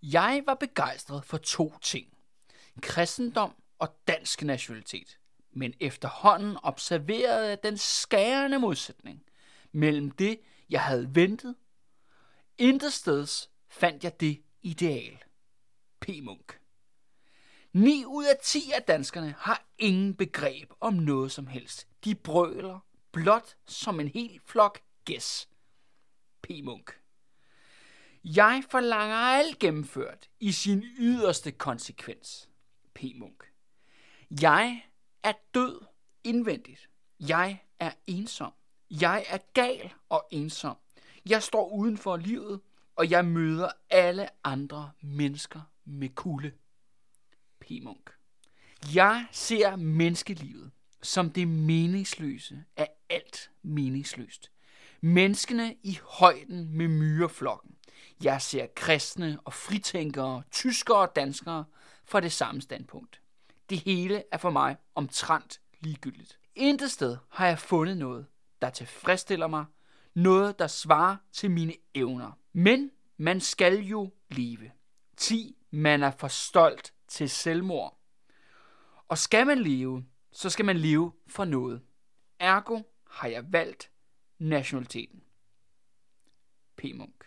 Jeg var begejstret for 2 ting. Kristendom og dansk nationalitet. Men efterhånden observerede jeg den skærende modsætning mellem det, jeg havde ventet. Intetsteds fandt jeg det ideal. P. Munch. 9 ud af 10 af danskerne har ingen begreb om noget som helst. De brøler blot som en hel flok gæs. P. Munch. Jeg forlanger alt gennemført i sin yderste konsekvens. P. Munch. Jeg er død indvendigt. Jeg er ensom. Jeg er gal og ensom. Jeg står uden for livet, og jeg møder alle andre mennesker med kulde. P. Munch. Jeg ser menneskelivet som det meningsløse af alt meningsløst. Menneskene i højden med myreflokken. Jeg ser kristne og fritænkere, tyskere og danskere fra det samme standpunkt. Det hele er for mig omtrent ligegyldigt. Intet sted har jeg fundet noget, der tilfredsstiller mig, noget, der svarer til mine evner. Men man skal jo leve. 10. Man er for stolt til selvmord. Og skal man leve, så skal man leve for noget. Ergo har jeg valgt nationaliteten. P. Munch.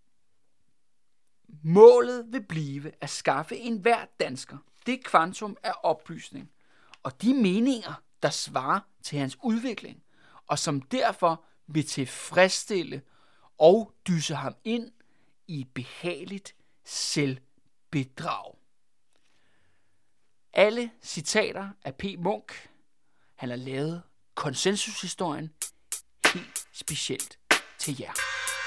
Målet vil blive at skaffe enhver dansker det kvantum af oplysning og de meninger, der svarer til hans udvikling, og som derfor vil tilfredsstille og dysse ham ind i et behageligt selvbedrag. Alle citater af P. Munch. Han har lavet konsensushistorien helt specielt til jer.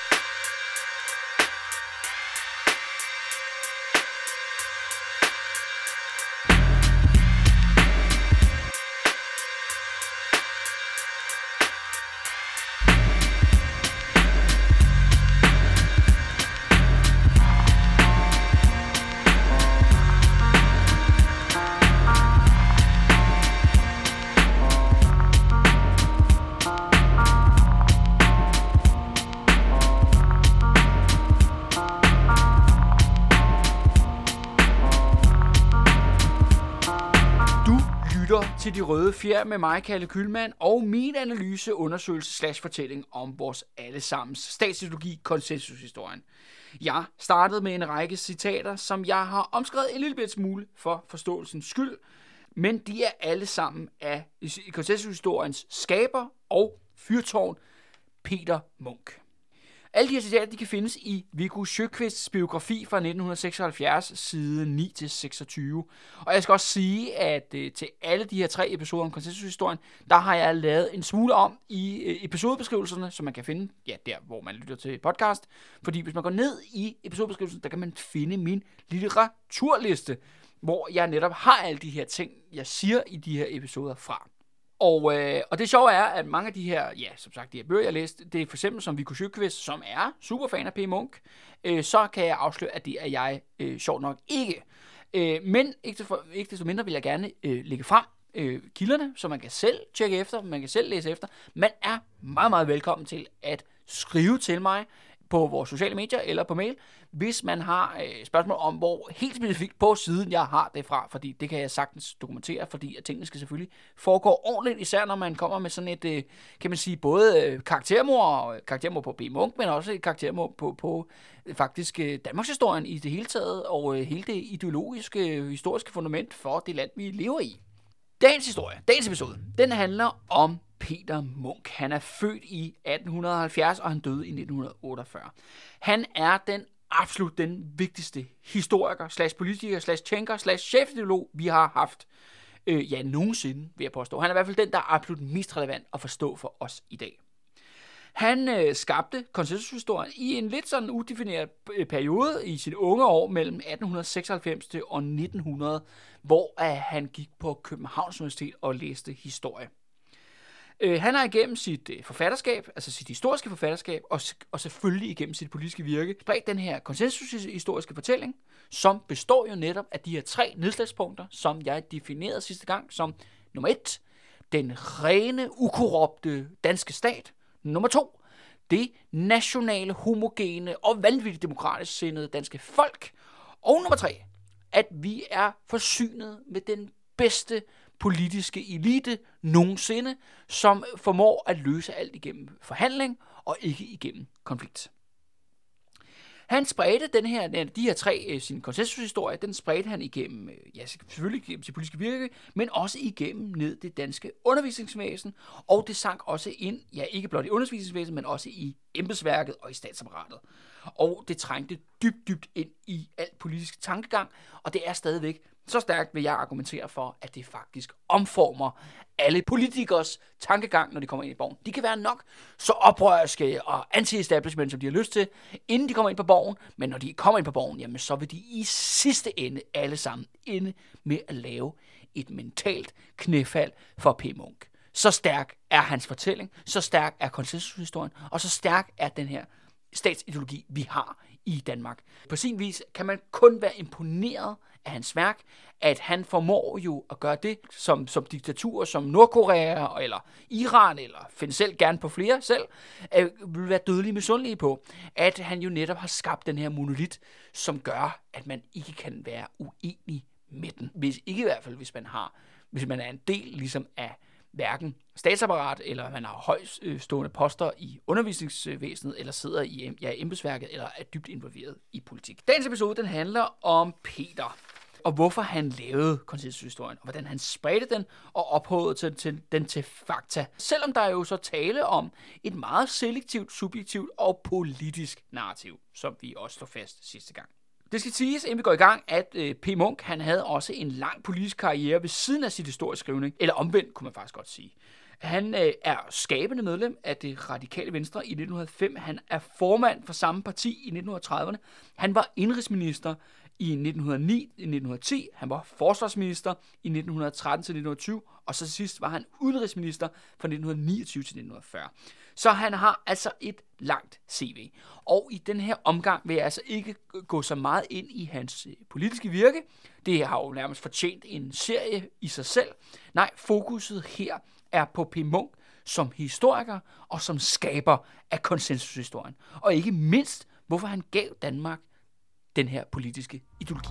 Til De Røde Fjer med mig, Kalle Kyhlmann, og min analyse, undersøgelse / fortælling om vores allesammens statsideologi, konsensushistorien. Jeg startede med en række citater, som jeg har omskrevet en lille smule for forståelsens skyld, men de er alle sammen af konsensushistoriens skaber og fyrtårn, Peter Munch. Alle de her citater, de kan findes i Viggo Sjöqvists biografi fra 1976, side 9-26. Og jeg skal også sige, at til alle de her 3 episoder om konsensushistorien, der har jeg lavet en smule om i episodebeskrivelserne, som man kan finde der, hvor man lytter til podcast. Fordi hvis man går ned i episodebeskrivelsen, der kan man finde min litteraturliste, hvor jeg netop har alle de her ting, jeg siger i de her episoder fra. Og det sjove er, at mange af de her, som sagt, de her bøger, jeg læste, det er for eksempel som Viggo Sjöqvist, som er superfan af P. Munch, så kan jeg afsløre, at det er jeg sjovt nok ikke. Men ikke desto mindre vil jeg gerne lægge frem kilderne, så man kan selv tjekke efter, man kan selv læse efter. Man er meget, meget velkommen til at skrive til mig på vores sociale medier eller på mail, hvis man har spørgsmål om, hvor helt specifikt på siden jeg har det fra, fordi det kan jeg sagtens dokumentere, fordi at tingene skal selvfølgelig foregå ordentligt, især når man kommer med sådan et, kan man sige, både karaktermord på P. Munch, men også et karaktermord på faktisk Danmarkshistorien i det hele taget, og hele det ideologiske, historiske fundament for det land, vi lever i. Dagens episode, den handler om Peter Munch. Han er født i 1870, og han døde i 1948. Han er absolut den vigtigste historiker, /politiker, /tænker, /chefideolog, vi har haft nogensinde, vil jeg påstå. Han er i hvert fald den, der er absolut mest relevant at forstå for os i dag. Han skabte konsensushistorien i en lidt sådan udefineret periode i sine unge år mellem 1896 og 1900, hvor han gik på Københavns Universitet og læste historie. Han har igennem sit forfatterskab, altså sit historiske forfatterskab, og selvfølgelig igennem sit politiske virke, spredt den her konsensushistoriske fortælling, som består jo netop af de her 3 nedslagspunkter, som jeg definerede sidste gang som nummer 1, den rene, ukorrupte danske stat, nummer 2, det nationale, homogene og vanvittigt demokratisk sindede danske folk, Og nummer 3, at vi er forsynet med den bedste politiske elite nogensinde, som formår at løse alt igennem forhandling og ikke igennem konflikt. Han spredte de her 3 sin konsensushistorie, den spredte han igennem, selvfølgelig igennem sit politiske virke, men også igennem ned det danske undervisningsvæsen, og det sank også ind, ikke blot i undervisningsvæsenet, men også i embedsværket og i statsapparatet. Og det trængte dybt ind i alt politisk tankegang, og det er stadigvæk så stærkt, vil jeg argumentere for, at det faktisk omformer alle politikers tankegang, når de kommer ind i borgen. De kan være nok så oprørske og anti-establishment, som de har lyst til, inden de kommer ind på borgen, men når de kommer ind på borgen, jamen så vil de i sidste ende alle sammen ende med at lave et mentalt knæfald for P. Munch. Så stærk er hans fortælling, så stærk er konsensushistorien, og så stærk er den her statsideologi, vi har i Danmark. På sin vis kan man kun være imponeret af hans værk, at han formår jo at gøre det, som diktaturer som Nordkorea eller Iran, eller find selv gerne på flere selv, vil være dødelige misundelige på, at han jo netop har skabt den her monolit, som gør, at man ikke kan være uenig med den. Ikke i hvert fald, hvis man er en del ligesom af hverken statsapparat, eller man har højstående poster i undervisningsvæsenet, eller sidder i embedsværket, eller er dybt involveret i politik. Dagens episode, den handler om Peter, og hvorfor han lavede konsensushistorien, og hvordan han spredte den, og ophøjede den til fakta. Selvom der er jo så tale om et meget selektivt, subjektivt og politisk narrativ, som vi også slog fast sidste gang. Det skal siges, inden vi går i gang, at P. Munch, han havde også en lang politisk karriere ved siden af sit historieskrivning, eller omvendt, kunne man faktisk godt sige. Han er skabende medlem af det radikale Venstre i 1905. Han er formand for samme parti i 1930'erne. Han var indenrigsminister i 1909-1910. Han var forsvarsminister i 1913-1920. Og så sidst var han udenrigsminister fra 1929-1940. Så han har altså et langt CV. Og i den her omgang vil jeg altså ikke gå så meget ind i hans politiske virke. Det har jo nærmest fortjent en serie i sig selv. Nej, fokuset her er på P. Munch som historiker og som skaber af konsensushistorien. Og ikke mindst, hvorfor han gav Danmark den her politiske ideologi.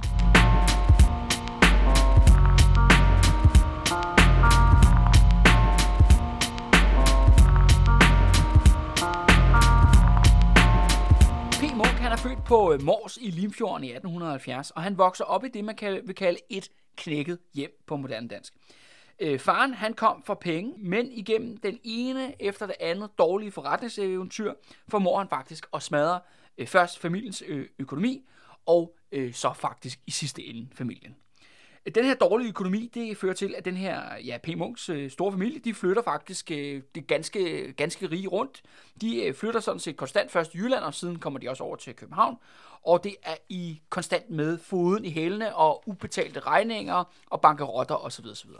P. Munch, han er født på Mors i Limfjorden i 1870, og han vokser op i det, man vil kalde et knækket hjem på moderne dansk. Faren, han kom for penge, men igennem den ene efter det andet dårlige forretningseventyr, formår han faktisk at smadre først familiens økonomi, og så faktisk i sidste ende familien. Den her dårlige økonomi, det fører til, at den her P. Munchs store familie, de flytter faktisk det ganske rige rundt. De flytter sådan set konstant først i Jylland, og siden kommer de også over til København. Og det er i konstant med foden i hælene og ubetalte regninger og bankerotter osv. osv.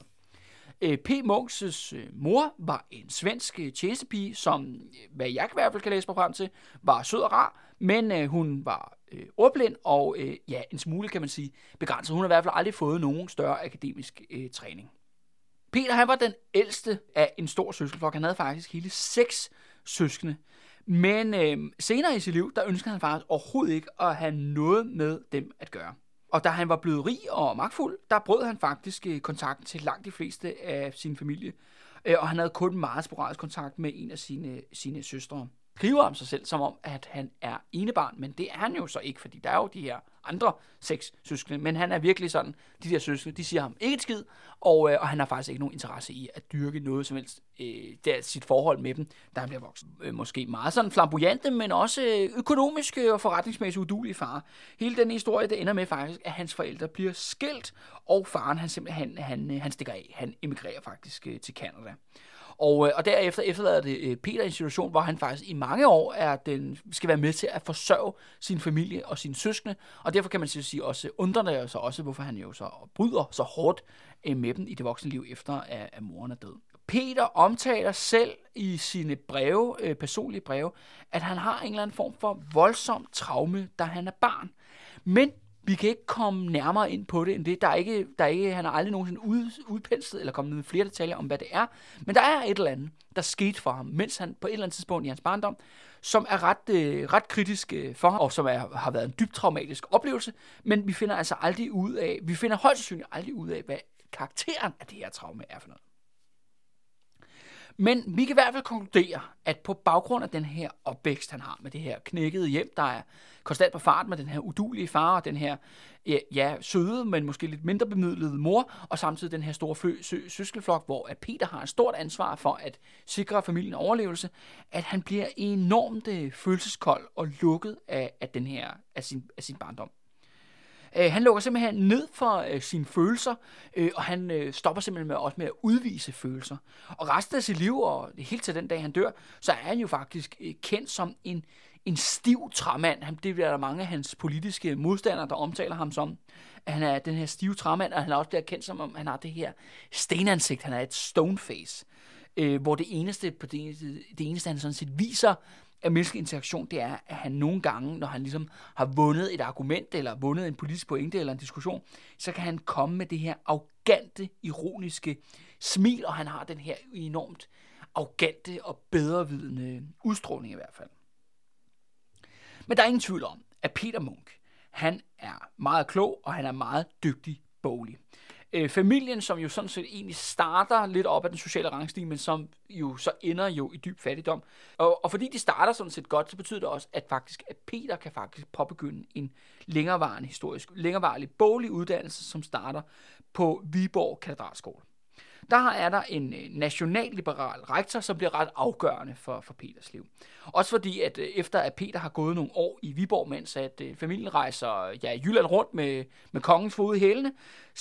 P. Munchs mor var en svensk tjenestepige, som, hvad jeg i hvert fald kan læse mig frem til, var sød og rar, men hun var ordblind og en smule, kan man sige, begrænset. Hun har i hvert fald aldrig fået nogen større akademisk træning. Peter, han var den ældste af en stor søskendeflok. Han havde faktisk hele 6 søskende. Men senere i sit liv, der ønskede han faktisk overhovedet ikke at have noget med dem at gøre. Og da han var blevet rig og magtfuld, der brød han faktisk kontakten til langt de fleste af sin familie. Og han havde kun meget sporadisk kontakt med en af sine søstre. Skriver om sig selv som om, at han er enebarn, men det er han jo så ikke, fordi der er jo de her andre 6 søskende. Men han er virkelig sådan, de der søskende, de siger ham ikke et skid, og han har faktisk ikke nogen interesse i at dyrke noget som helst. Det er sit forhold med dem, der bliver vokset. Måske meget sådan flamboyante, men også økonomisk og forretningsmæssigt uduelig far. Hele den historie, det ender med faktisk, at hans forældre bliver skilt, og faren han simpelthen han stikker af. Han emigrerer faktisk til Canada. Og derefter efterlader det Peter i en situation, hvor han faktisk i mange år skal være med til at forsørge sin familie og sine søskende, og derfor kan man sige også undrende sig også, hvorfor han jo så bryder så hårdt med dem i det voksne liv efter at moren er død. Peter omtaler selv i sine breve, personlige breve, at han har en eller anden form for voldsom traume, da han er barn. Men Vi kan ikke komme nærmere ind på det end det. Han har aldrig nogensinde udpenslet eller kommet med flere detaljer om, hvad det er. Men der er et eller andet, der skete for ham, mens han på et eller andet tidspunkt i hans barndom, som er ret kritisk for ham, og som har været en dybt traumatisk oplevelse. Men vi finder højst sandsynligt aldrig ud af, hvad karakteren af det her traume er for noget. Men vi kan i hvert fald konkludere, at på baggrund af den her opvækst, han har med det her knækkede hjem, der er konstant på fart med den her uduelige far og den her søde, men måske lidt mindre bemidlede mor, og samtidig den her store søskendeflok, hvor at Peter har et stort ansvar for at sikre familien overlevelse, at han bliver enormt følelseskold og lukket af sin barndom. Han lukker simpelthen ned for sine følelser, og han stopper simpelthen også med at udvise følelser. Og resten af sit liv, og helt til den dag han dør, så er han jo faktisk kendt som en stiv træmand. Det bliver der mange af hans politiske modstandere, der omtaler ham som. At han er den her stive træmand, og han er også bliver kendt som, om han har det her stenansigt. Han er et stoneface, hvor det eneste han sådan set viser af menneskelig interaktion, det er, at han nogle gange, når han ligesom har vundet et argument, eller vundet en politisk pointe, eller en diskussion, så kan han komme med det her arrogante, ironiske smil, og han har den her enormt arrogante og bedrevidende udstråling i hvert fald. Men der er ingen tvivl om, at Peter Munch, han er meget klog, og han er meget dygtig boglig. Familien, som jo sådan set egentlig starter lidt op af den sociale rangstige, men som jo så ender jo i dyb fattigdom. Og fordi de starter sådan set godt, så betyder det også, at Peter kan faktisk påbegynde en længerevarende boglig uddannelse, som starter på Viborg Katedralskole. Der er der en nationalliberal rektor, som bliver ret afgørende for Peters liv. Også fordi, at efter at Peter har gået nogle år i Viborg, mens at familien rejser i Jylland rundt med kongens fod i hælene,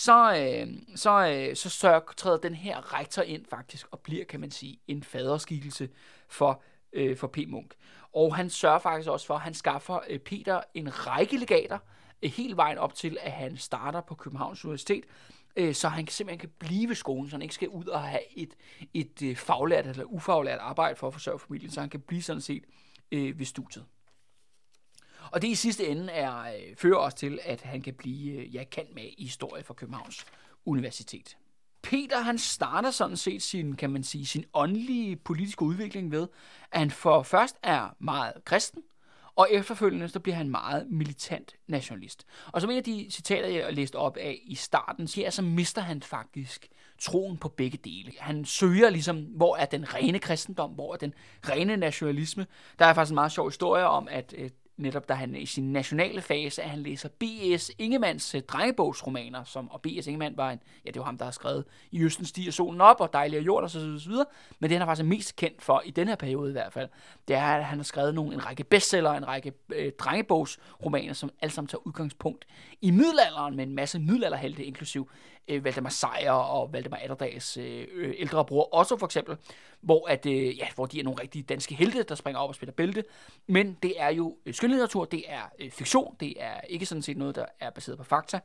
så træder den her rektor ind faktisk og bliver, kan man sige, en faderskikkelse for P. Munch. Og han sørger faktisk også for, at han skaffer Peter en række legater, hele vejen op til, at han starter på Københavns Universitet, så han simpelthen kan blive ved skolen, så han ikke skal ud og have et faglært eller ufaglært arbejde for at forsørge familien, så han kan blive sådan set ved studiet. Og det i sidste ende fører også til, at han kan blive kendt med i historie fra Københavns Universitet. Peter, han starter sådan set sin åndelige politiske udvikling ved, at han for først er meget kristen, og efterfølgende så bliver han meget militant nationalist. Og som en af de citater, jeg læste op af i starten, så mister han faktisk troen på begge dele. Han søger ligesom, hvor er den rene kristendom, hvor er den rene nationalisme. Der er faktisk en meget sjov historie om, at netop da han i sin nationale fase, at han læser B.S. Ingemanns drengebogsromaner, og B.S. Ingemann var det var ham, der har skrevet I Østen stiger solen op, og Dejlig er jord, og så videre. Men det, han er faktisk mest kendt for, i den her periode i hvert fald, det er, at han har skrevet en række bestseller, en række drengebogsromaner, som alle sammen tager udgangspunkt i middelalderen, med en masse middelalderhelte, inklusiv Valdemar Sejr og Valdemar Atterdags ældre bror Otto for eksempel, hvor de er nogle rigtige danske helte, der springer op og spiller bælte. Men det er jo skønlitteratur, det er fiktion, det er ikke sådan set noget, der er baseret på fakta.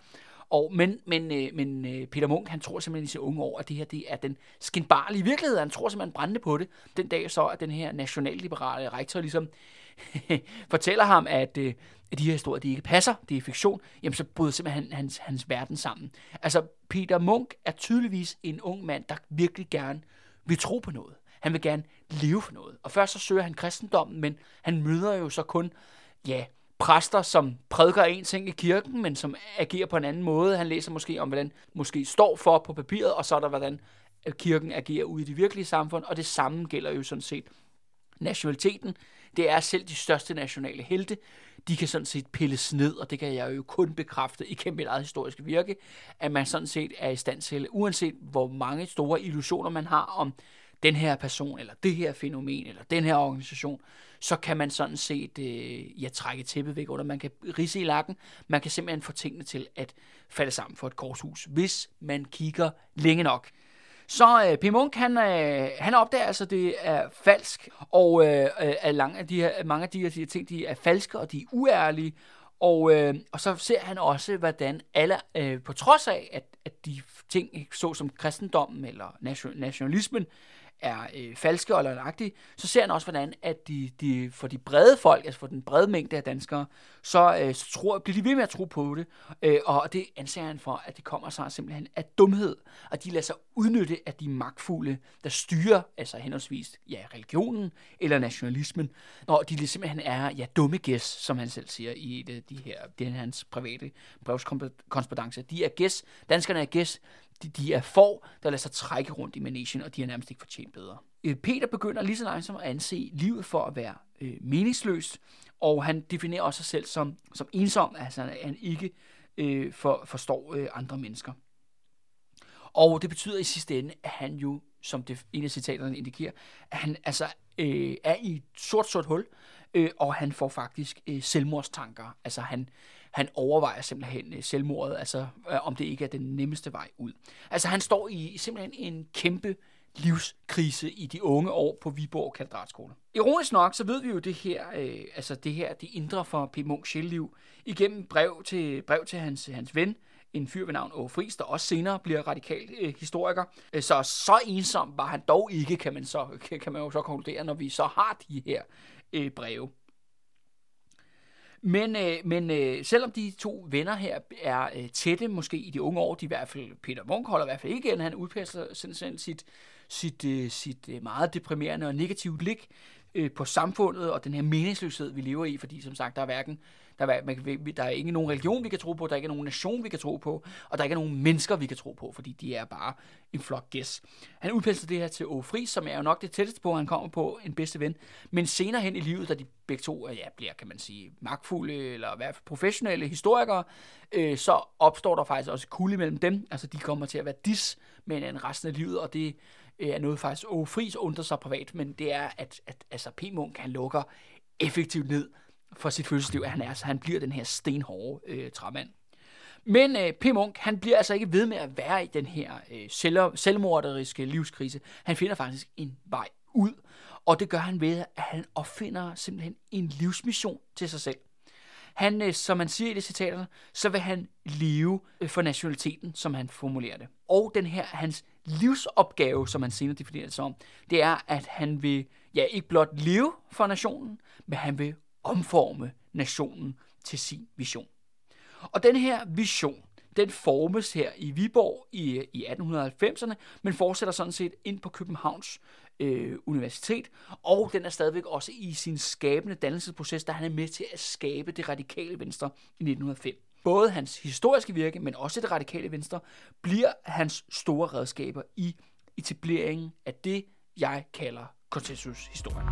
Men Peter Munch, han tror simpelthen i sine unge år, at det her det er den skinbarlige virkelighed. Han tror simpelthen brændende på det. Den dag så, at den her nationalliberale rektor ligesom fortæller ham, at de her historier, de ikke passer, det er fiktion, jamen så bryder simpelthen hans verden sammen. Altså, Peter Munch er tydeligvis en ung mand, der virkelig gerne vil tro på noget. Han vil gerne leve for noget. Og først så søger han kristendommen, men han møder jo så kun, præster, som prædiker en ting i kirken, men som agerer på en anden måde. Han læser måske om, hvordan måske står for på papiret, og så er der, hvordan kirken agerer ude i det virkelige samfund, og det samme gælder jo sådan set nationaliteten. Det er selv de største nationale helte, de kan sådan set pilles ned, og det kan jeg jo kun bekræfte igennem mit eget historiske virke, at man sådan set er i stand til, uanset hvor mange store illusioner man har om den her person, eller det her fænomen, eller den her organisation, så kan man sådan set trække tæppet væk under. Man kan ridse i lakken, man kan simpelthen få tingene til at falde sammen for et korshus, hvis man kigger længe nok. Så P. Munch, han opdager altså, det er falsk, og mange af de her ting, de er falske, og de er uærlige, og så ser han også, hvordan alle, på trods af, at de ting, så som kristendommen eller nationalismen, er falske og løgnagtige, så ser han også, hvordan at de for de brede folk, altså for den brede mængde af danskere, så bliver de ved med at tro på det, og det anser han for, at det kommer sig simpelthen af dumhed, og de lader sig udnytte af de magtfulde, der styrer, altså henholdsvis religionen eller nationalismen, når de simpelthen er dumme gæs, som han selv siger i det er hans private brevskorrespondance. De er gæs, danskerne er gæs, de er får, der lader sig trække rundt i managen, og de har nærmest ikke fortjent bedre. Peter begynder lige så langsomt at anse livet for at være meningsløst, og han definerer også sig selv som ensom, altså han ikke forstår andre mennesker. Og det betyder i sidste ende, at han jo, som en af citaterne indikerer, at han altså er i et sort hul, og han får faktisk selvmordstanker. Altså han overvejer simpelthen selvmordet, altså om det ikke er den nemmeste vej ud. Altså han står i simpelthen en kæmpe livskrise i de unge år på Viborg Katedralskole. Ironisk nok, så ved vi jo det her, det indre for P. Munchs sjæleliv, igennem brev til hans ven, en fyr ved navn Aage Friis, der også senere bliver radikal historiker. Så ensom var han dog ikke, kan man jo så konkludere, når vi så har de her breve. Men selvom de to venner her er tætte, måske i de unge år, de i hvert fald, Peter Munch holder i hvert fald ikke igen, han udpasser sit meget deprimerende og negative blik på samfundet og den her meningsløshed, vi lever i, fordi som sagt, der er ikke nogen religion, vi kan tro på, der er ikke nogen nation, vi kan tro på, og der er ikke nogen mennesker, vi kan tro på, fordi de er bare en flok gæs. Han udpensler det her til Aage Friis, som er jo nok det tætteste på, han kommer på en bedste ven, men senere hen i livet, da de begge to bliver, kan man sige, magtfulde, eller i hvert fald professionelle historikere, så opstår der faktisk også kulde mellem dem, altså de kommer til at være med resten af livet, og det er noget faktisk Aage Friis undrer sig privat, men det er, at P. Munch, han lukker effektivt ned for sit følelsesliv, han bliver den her stenhårde træmand. Men P. Munch, han bliver altså ikke ved med at være i den her selvmorderiske livskrise. Han finder faktisk en vej ud, og det gør han ved, at han opfinder simpelthen en livsmission til sig selv. Han, som man siger i det citaterne, så vil han leve for nationaliteten, som han formulerer det. Og den her, hans livsopgave, som han senere definerer det som, det er, at han vil, ikke blot leve for nationen, men han vil omforme nationen til sin vision. Og den her vision, den formes her i Viborg i 1890'erne, men fortsætter sådan set ind på Københavns Universitet, og den er stadigvæk også i sin skabende dannelsesproces, der han er med til at skabe det radikale venstre i 1905. Både hans historiske virke, men også det radikale venstre, bliver hans store redskaber i etableringen af det, jeg kalder konsensushistorien.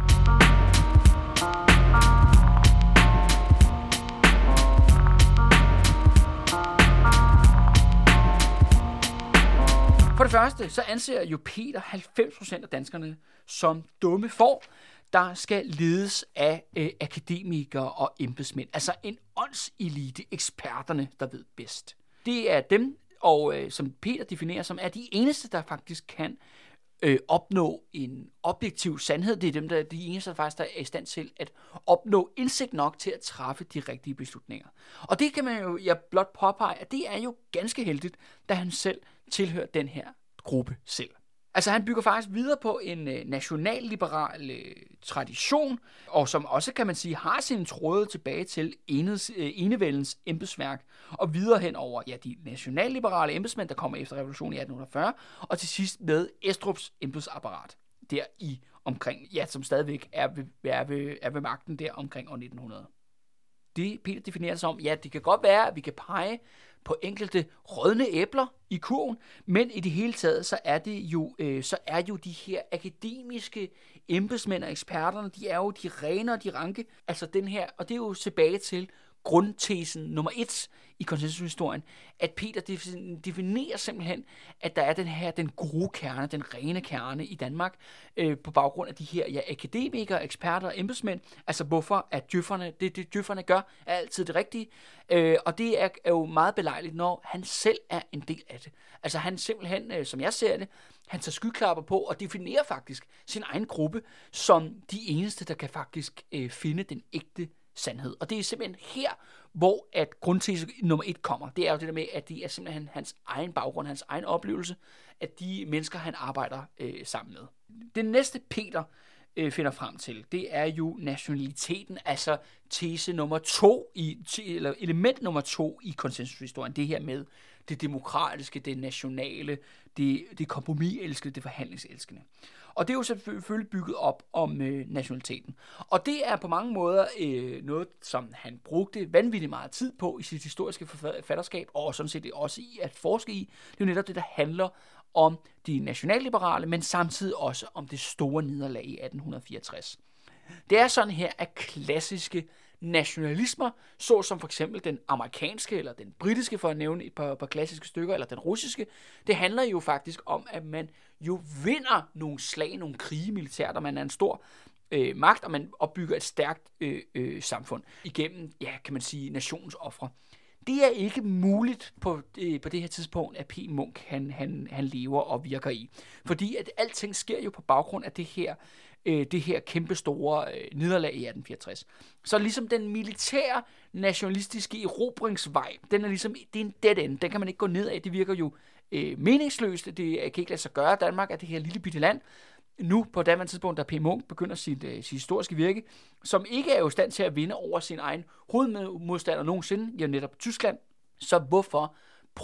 For det første, så anser jo Peter 90% af danskerne som dumme får, der skal ledes af akademikere og embedsmænd. Altså en åndselite, eksperterne, der ved bedst. Det er dem, og som Peter definerer som, er de eneste, der faktisk kan opnå en objektiv sandhed. Det er dem, der er de eneste, der faktisk er i stand til at opnå indsigt nok til at træffe de rigtige beslutninger. Og det kan man jo blot påpege, at det er jo ganske heldigt, da han selv tilhører den her gruppe selv. Altså han bygger faktisk videre på en nationalliberal tradition, og som også, kan man sige, har sine tråde tilbage til enevældens embedsværk, og videre hen over de nationalliberale embedsmænd, der kommer efter revolutionen i 1840, og til sidst med Estrups embedsapparat, der i omkring, som stadigvæk er ved magten der omkring år 1900. Det Peter definerer som, det kan godt være, at vi kan pege på enkelte rådne æbler i kurven, men i det hele taget, så er jo de her akademiske embedsmænd og eksperterne, de er jo de rene og de ranke, altså den her, og det er jo tilbage til grundtesen nummer 1 i konsensushistorien, at Peter definerer simpelthen, at der er den gode kerne, den rene kerne i Danmark, på baggrund af de her akademikere, eksperter og embedsmænd, altså hvorfor at det djøfferne gør, er altid det rigtige, og det er jo meget belejligt, når han selv er en del af det. Altså han simpelthen, som jeg ser det, han tager skyklapper på og definerer faktisk sin egen gruppe som de eneste, der kan faktisk finde den ægte sandhed. Og det er simpelthen her, hvor at grundtese nummer 1 kommer. Det er jo det der med, at det er simpelthen hans egen baggrund, hans egen oplevelse, at de mennesker, han arbejder sammen med. Det næste Peter finder frem til, det er jo nationaliteten, altså tese nummer 2, eller element nummer 2 i konsensushistorien. Det her med det demokratiske, det nationale, det kompromiselskende, det forhandlingselskende. Og det er jo selvfølgelig bygget op om nationaliteten. Og det er på mange måder noget, som han brugte vanvittigt meget tid på i sit historiske forfatterskab, og sådan set også i at forske i. Det er jo netop det, der handler om de nationalliberale, men samtidig også om det store nederlag i 1864. Det er sådan her, at klassiske nationalismer, såsom for eksempel den amerikanske eller den britiske, for at nævne et par klassiske stykker, eller den russiske, det handler jo faktisk om, at man jo vinder nogle slag, nogle krige militært, og man er en stor magt, og man opbygger et stærkt samfund igennem, ja, kan man sige, nationsoffre. Det er ikke muligt på det her tidspunkt, at P. Munch han lever og virker i. Fordi at alting sker jo på baggrund af det her kæmpe store nederlag i 1864. Så ligesom den militære nationalistiske erobringsvej, det er en dead end. Den kan man ikke gå ned af. Det virker jo meningsløst. Det kan ikke lade sig gøre. Danmark er det her lille bitte land. Nu på daværende tidspunkt, da P. Munch begynder sit historiske virke, som ikke er jo i stand til at vinde over sin egen hovedmodstander nogensinde, jo netop Tyskland. Så hvorfor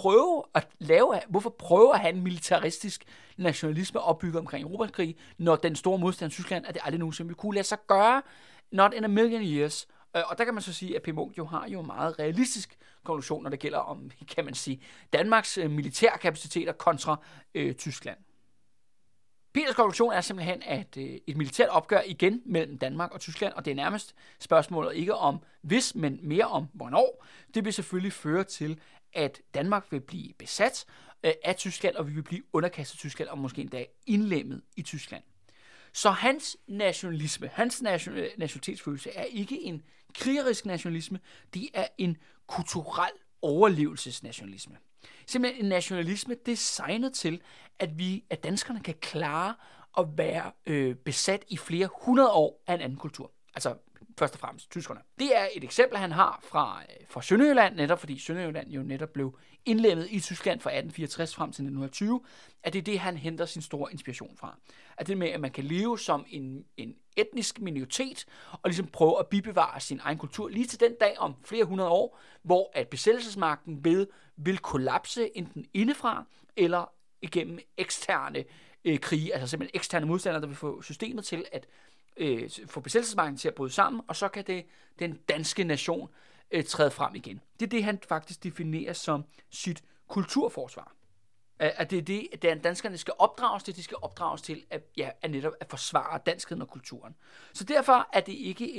prøve at have en militaristisk nationalisme opbygget omkring Europakrig, når den store modstander Tyskland, at det aldrig nogensinde vil kunne lade sig gøre, not in a million years. Og der kan man så sige, at P. Munch jo har jo en meget realistisk konklusion, når det gælder om, kan man sige, Danmarks militærkapaciteter kontra Tyskland. Peters konklusion er simpelthen, at et militært opgør igen mellem Danmark og Tyskland, og det er nærmest spørgsmålet ikke om hvis, men mere om hvornår, det vil selvfølgelig føre til, at Danmark vil blive besat af Tyskland, og vi vil blive underkastet Tyskland, og måske endda indlemmet i Tyskland. Så hans nationalisme, hans nationalitetsfølelse er ikke en krigerisk nationalisme, det er en kulturel overlevelsesnationalisme. Simpelthen en nationalisme designet til, at danskerne kan klare at være besat i flere hundrede år af en anden kultur. Altså først og fremmest tyskerne. Det er et eksempel, han har fra Sønderjylland, netop fordi Sønderjylland jo netop blev indlemmet i Tyskland fra 1864 frem til 1920, at det er det, han henter sin store inspiration fra. At det med, at man kan leve som en etnisk minoritet, og ligesom prøve at bibevare sin egen kultur lige til den dag om flere hundrede år, hvor at besættelsesmagten vil kollapse enten indefra, eller igennem eksterne krige, altså simpelthen eksterne modstandere, der vil få systemet til at få besættelsesmagten til at bryde sammen, og så kan den danske nation træde frem igen. Det er det, han faktisk definerer som sit kulturforsvar. At det er det, danskerne skal opdrages til. De skal opdrages til at netop at forsvare danskheden og kulturen. Så derfor er det ikke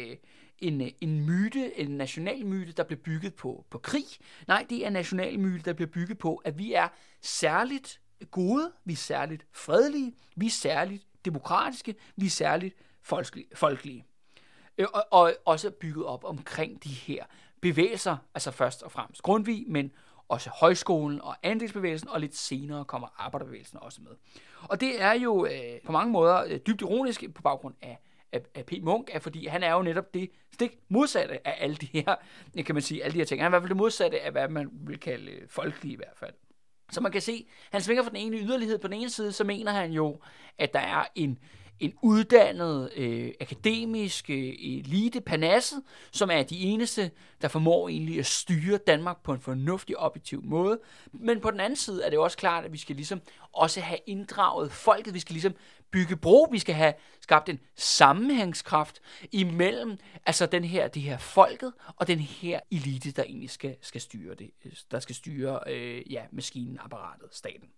en myte, en national myte, der bliver bygget på krig. Nej, det er en national myte, der bliver bygget på, at vi er særligt gode, vi er særligt fredelige, vi er særligt demokratiske, vi er særligt folkelige. Og også bygget op omkring de her bevægelser, altså først og fremmest Grundtvig, men også højskolen og andelsbevægelsen, og lidt senere kommer arbejderbevægelsen også med. Og det er jo på mange måder dybt ironisk på baggrund af P. Munch, fordi han er jo netop det stik modsatte af alle de her, kan man sige, alle de her ting. Han er i hvert fald det modsatte af, hvad man vil kalde folkelige i hvert fald. Så man kan se, han svinger fra den ene yderlighed. På den ene side, så mener han jo, at der er en uddannet, akademisk elite panasset, som er de eneste, der formår egentlig at styre Danmark på en fornuftig, objektiv måde. Men på den anden side er det også klart, at vi skal ligesom også have inddraget folket. Vi skal ligesom bygge bro. Vi skal have skabt en sammenhængskraft imellem altså det her folket og den her elite, der egentlig skal styre det, der skal styre maskinen, apparatet, staten.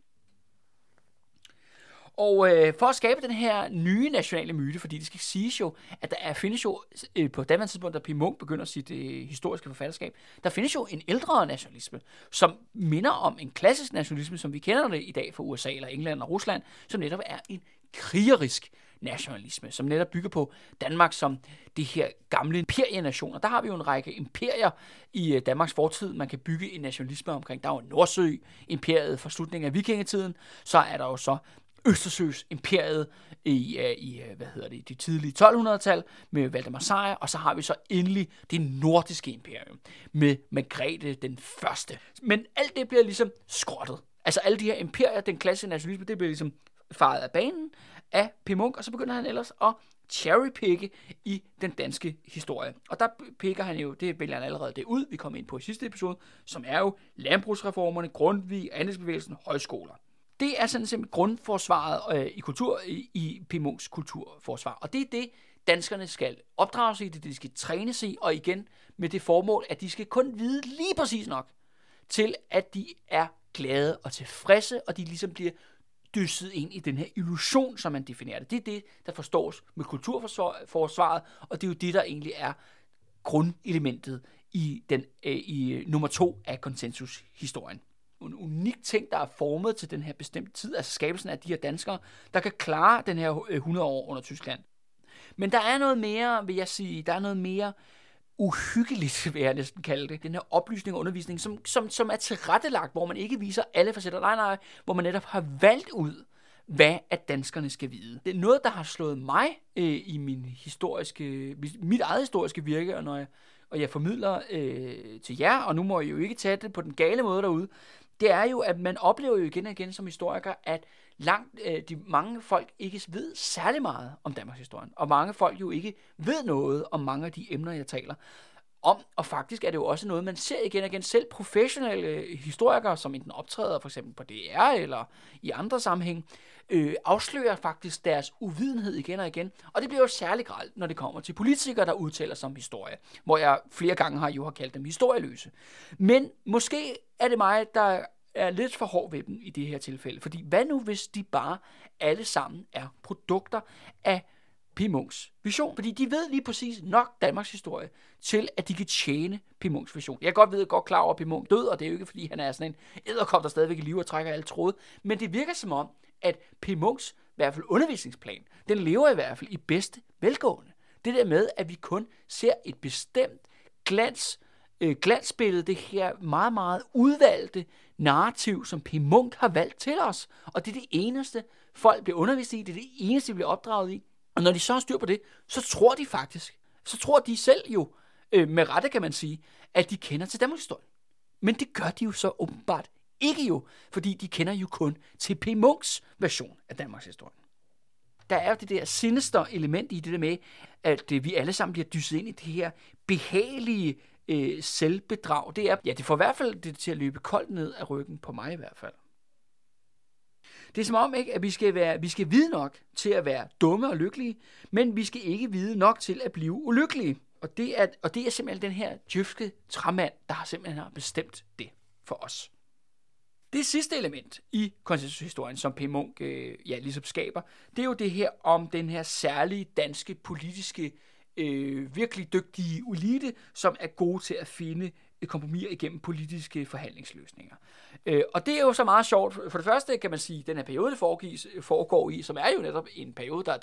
Og for at skabe den her nye nationale myte, fordi det skal siges jo, at der findes jo på daværende tidspunkt, da P. Munch begynder sit historiske forfatterskab, der findes jo en ældre nationalisme, som minder om en klassisk nationalisme, som vi kender det i dag fra USA eller England og Rusland, som netop er en krigerisk nationalisme, som netop bygger på Danmark som det her gamle imperienation. Og der har vi jo en række imperier i Danmarks fortid, man kan bygge en nationalisme omkring. Der er jo Nordsø-imperiet fra slutningen af vikingetiden, så er der jo så Østersøs imperiet i det tidlige 1200-tal med Valdemar Sejr, og så har vi så endelig det nordiske imperium med Margrethe den første. Men alt det bliver ligesom skrottet. Altså alle de her imperier, den klassiske nationalisme, det bliver ligesom faret af banen af P. Munk, og så begynder han ellers at cherrypicke i den danske historie. Og der pikker han jo, det vælger han allerede det ud, vi kom ind på i sidste episode, som er jo landbrugsreformerne, Grundtvig, andelsbevægelsen, højskoler. Det er sådan simpelthen grundforsvaret i P. Munks kulturforsvar. Og det er det, danskerne skal opdrages i, det er det, de skal trænes i, og igen med det formål, at de skal kun vide lige præcis nok til, at de er glade og tilfredse, og de ligesom bliver dysset ind i den her illusion, som man definerer det. Det er det, der forstås med kulturforsvaret, og det er jo det, der egentlig er grundelementet i nummer 2 af konsensushistorien. En unik ting, der er formet til den her bestemte tid, altså skabelsen af de her danskere, der kan klare den her 100 år under Tyskland. Men der er noget mere, vil jeg sige, der er noget mere uhyggeligt, vil jeg næsten kalde det. Den her oplysning og undervisning, som er tilrettelagt, hvor man ikke viser alle facetter. Nej, hvor man netop har valgt ud, hvad at danskerne skal vide. Det er noget, der har slået mig i mit eget historiske virke, og jeg formidler til jer, og nu må jeg jo ikke tage det på den gale måde derude, det er jo, at man oplever jo igen og igen som historiker, at mange folk ikke ved særlig meget om Danmarks historie, og mange folk jo ikke ved noget om mange af de emner, jeg taler om, og faktisk er det jo også noget, man ser igen og igen. Selv professionelle historikere, som enten optræder for eksempel på DR eller i andre sammenhæng, afslører faktisk deres uvidenhed igen og igen, og det bliver jo særlig grelt, når det kommer til politikere, der udtaler sig om historie, hvor jeg flere gange har kaldt dem historieløse. Men måske er det mig, der er lidt for hård ved dem i det her tilfælde, fordi hvad nu, hvis de bare alle sammen er produkter af P. Munks vision? Fordi de ved lige præcis nok Danmarks historie til, at de kan tjene P. Munks vision. Jeg er godt klar over, at P. Munk død, og det er jo ikke, fordi han er sådan en edderkop, der stadigvæk i live og trækker alle tråde, men det virker som om, at P. Munks, i hvert fald undervisningsplan, den lever i hvert fald i bedste velgående. Det der med, at vi kun ser et bestemt glansbillede, det her meget, meget udvalgte narrativ, som P. Munk har valgt til os. Og det er det eneste, folk bliver undervist i, det er det eneste, de bliver opdraget i. Og når de så har styr på det, så tror de selv jo, med rette kan man sige, at de kender til Danmarks historie. Men det gør de jo så åbenbart ikke jo, fordi de kender jo kun til P. Munks version af Danmarks historie. Der er jo det der sinister element i det der med, at vi alle sammen bliver dysset ind i det her behagelige selvbedrag. Det får i hvert fald det til at løbe koldt ned af ryggen på mig i hvert fald. Det er som om, ikke, at vi skal vide nok til at være dumme og lykkelige, men vi skal ikke vide nok til at blive ulykkelige. Og det er simpelthen den her djøfske træmand, der har bestemt det for os. Det sidste element i konsensushistorien, som P. Munk ligesom skaber, det er jo det her om den her særlige danske politiske, virkelig dygtige elite, som er gode til at finde kompromiser igennem politiske forhandlingsløsninger. Og det er jo så meget sjovt. For det første kan man sige, at den her periode, det foregår i, som er jo netop en periode, der er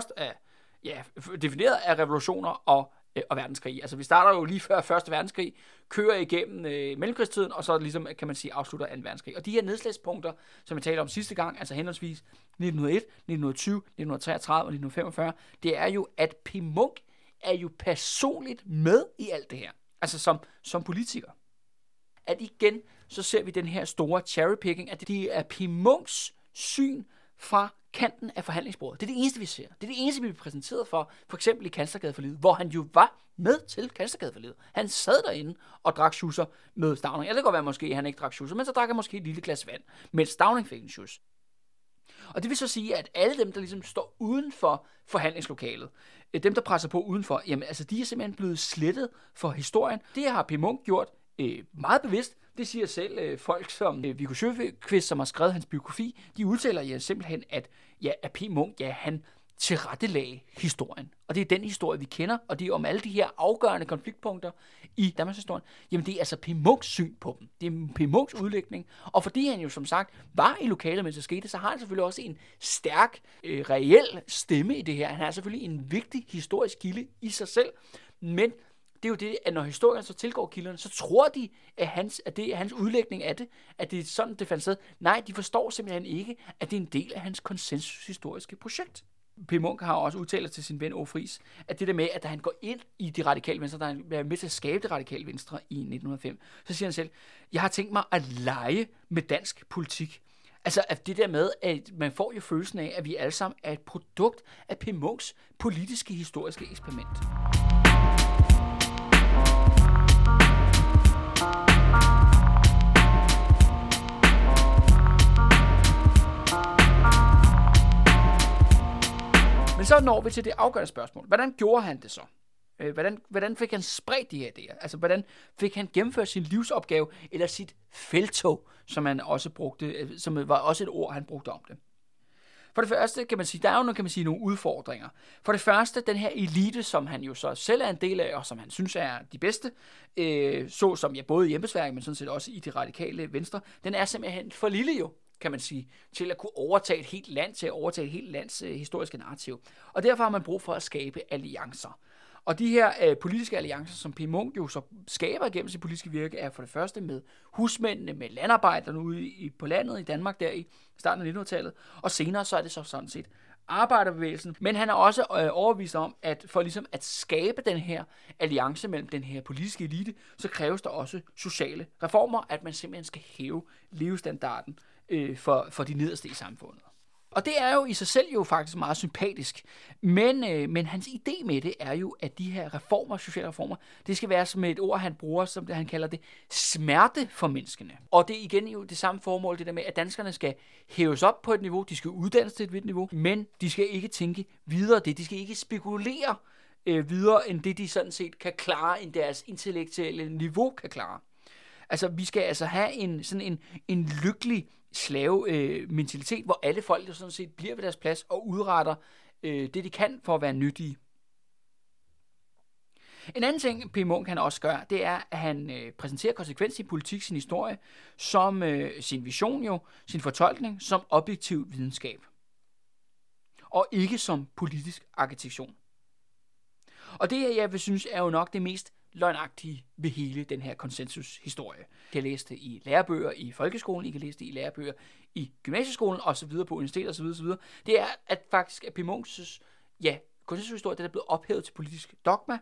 defineret af revolutioner og verdenskrig. Altså vi starter jo lige før Første Verdenskrig, kører igennem mellemkrigstiden, og så ligesom, kan man sige, afslutter 2. verdenskrig. Og de her nedslagspunkter, som jeg talte om sidste gang, altså henholdsvis 1901, 1920, 1933 og 1945, det er jo, at P. Munk er jo personligt med i alt det her. Altså som politiker. At igen, så ser vi den her store cherrypicking, at det er P. Munks syn fra kanten af forhandlingsbordet. Det er det eneste, vi ser. Det er det eneste, vi bliver præsenteret for eksempel i Kanslergadeforliget, hvor han jo var med til Kanslergadeforliget. Han sad derinde og drak schusser med Stauning. Jeg ved godt være, måske han ikke drak schusser, men så drak han måske et lille glas vand, mens Stauning fik en schus. Og det vil så sige, at alle dem, der ligesom står uden for forhandlingslokalet, dem, der presser på udenfor, jamen altså, de er simpelthen blevet slettet for historien. Det har P. Munk gjort meget bevidst. Det siger selv folk som Viggo Sjöqvist, som har skrevet hans biografi. De udtaler simpelthen, at P. Munk, han tilrettelagde historien. Og det er den historie, vi kender, og det er om alle de her afgørende konfliktpunkter i Danmarks historie. Jamen det er altså P. Munks syn på dem. Det er P. Munks udlægning. Og fordi han jo som sagt var i lokalet, mens det skete, så har han selvfølgelig også en stærk, reel stemme i det her. Han har selvfølgelig en vigtig historisk kilde i sig selv, men det er jo det, at når historikerne så tilgår kilderne, så tror de, at det er hans udlægning af det, at det er sådan, det fandt sted. Nej, de forstår simpelthen ikke, at det er en del af hans konsensushistoriske projekt. P. Munch har også udtalt til sin ven Aage Friis, at det der med, at da han går ind i de radikale venstre, da han er med til at skabe det radikale venstre i 1905, så siger han selv, jeg har tænkt mig at lege med dansk politik. Altså at det der med, at man får jo følelsen af, at vi alle sammen er et produkt af P. Munchs politiske historiske eksperiment. Men så når vi til det afgørende spørgsmål. Hvordan gjorde han det så? Hvordan fik han spredt de her idéer? Altså, hvordan fik han gennemført sin livsopgave, eller sit felttog, som han også brugte, som var også et ord, han brugte om det? For det første kan man sige, der er jo nogle udfordringer. For det første, den her elite, som han jo så selv er en del af, og som han synes er de bedste, så som både i embedsværket, men sådan set også i det radikale venstre, den er simpelthen for lille jo, kan man sige, til at kunne overtage et helt land, til at overtage et helt lands historiske narrativ. Og derfor har man brug for at skabe alliancer. Og de her politiske alliancer, som P. Munch jo så skaber gennem sit politiske virke, er for det første med husmændene, med landarbejderne ude på landet i Danmark der i starten af 1900-tallet, og senere så er det så sådan set arbejderbevægelsen. Men han er også overbevist om, at for ligesom at skabe den her alliance mellem den her politiske elite, så kræves der også sociale reformer, at man simpelthen skal hæve levestandarden for de nederste i samfundet. Og det er jo i sig selv jo faktisk meget sympatisk, men hans idé med det er jo, at de her reformer, sociale reformer, det skal være som et ord, han bruger, som det, han kalder det, smerte for menneskene. Og det er igen jo det samme formål, det der med, at danskerne skal hæves op på et niveau, de skal uddannes til et vidt niveau, men de skal ikke tænke videre det, de skal ikke spekulere videre, end det de sådan set kan klare, end deres intellektuelle niveau kan klare. Altså, vi skal altså have en lykkelig slave-mentalitet, hvor alle folk sådan set bliver ved deres plads og udretter det, de kan for at være nyttige. En anden ting, P. Munch han også gør, det er, at han præsenterer konsekvens i politik, sin historie, som sin vision jo, sin fortolkning, som objektiv videnskab. Og ikke som politisk arkitektur. Og det, jeg vil synes, er jo nok det mest løgnagtige ved hele den her konsensushistorie. I kan læse det i lærebøger i folkeskolen, I kan læse det i lærebøger i gymnasieskolen, og så videre på universitetet, og så videre. Det er at faktisk, at P. Munchs konsensushistorie, det er blevet ophævet til politisk dogma,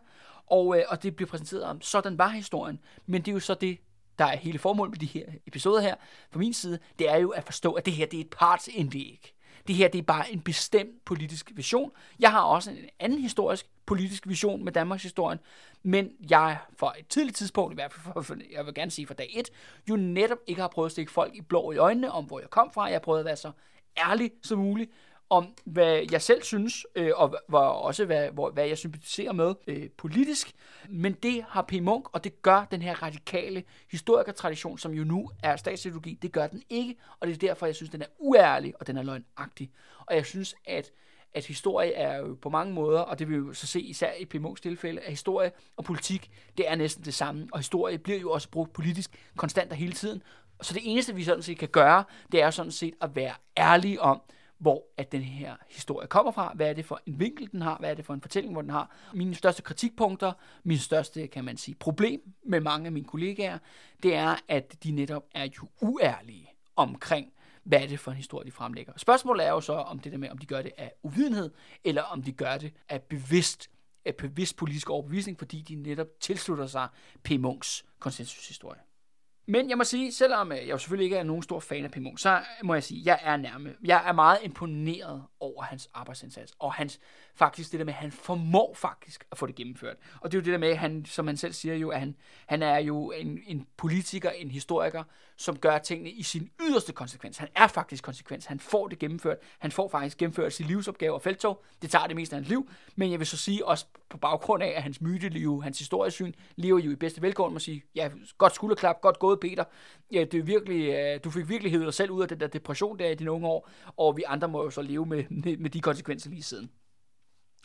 og det bliver præsenteret om, sådan var historien, men det er jo så det, der er hele formålet med de her episoder her, fra min side, det er jo at forstå, at det her, det er et partsindlæg. Det her, det er bare en bestemt politisk vision. Jeg har også en anden historisk politisk vision med Danmarks historien, men jeg for et tidligt tidspunkt, i hvert fald jeg vil gerne sige fra dag 1, jo netop ikke har prøvet at stikke folk i blå i øjnene om, hvor jeg kom fra. Jeg har prøvet at være så ærlig som muligt om, hvad jeg selv synes, og også hvad jeg sympatiserer med politisk. Men det har P. Munch, og det gør den her radikale historikertradition, som jo nu er statsideologi, det gør den ikke, og det er derfor, jeg synes, den er uærlig, og den er løgnagtig. Og jeg synes, at historie er jo på mange måder, og det vil vi jo så se især i P. Munchs tilfælde, at historie og politik, det er næsten det samme, og historie bliver jo også brugt politisk konstant og hele tiden. Så det eneste, vi sådan set kan gøre, det er sådan set at være ærlige om, hvor at den her historie kommer fra, hvad er det for en vinkel, den har, hvad er det for en fortælling, hvor den har. Mine største kritikpunkter, min største, kan man sige, problem med mange af mine kollegaer, det er, at de netop er jo uærlige omkring, hvad er det for en historie, de fremlægger. Spørgsmålet er jo så, om det der med, om de gør det af uvidenhed, eller om de gør det af bevidst politisk overbevisning, fordi de netop tilslutter sig P. Munchs konsensushistorie. Men jeg må sige, selvom jeg jo selvfølgelig ikke er nogen stor fan af P. Munch, så må jeg sige, at jeg er meget imponeret over hans arbejdsindsats, og hans faktisk det der med, at han formår faktisk at få det gennemført. Og det er jo det der med, at han, som han selv siger jo, at han er jo en politiker, en historiker, som gør tingene i sin yderste konsekvens. Han er faktisk konsekvens. Han får det gennemført. Han får faktisk gennemført sin livsopgave og felttog. Det tager det meste af hans liv, men jeg vil så sige også på baggrund af, at hans myteliv, hans historiesyn, lever jo i bedste velgående, må sige, ja, godt skulderklap, godt gået, Peter. Ja, det er virkelig, du fik virkelig hævet dig selv ud af den der depression der i dine unge år, og vi andre må jo så leve med de konsekvenser lige siden.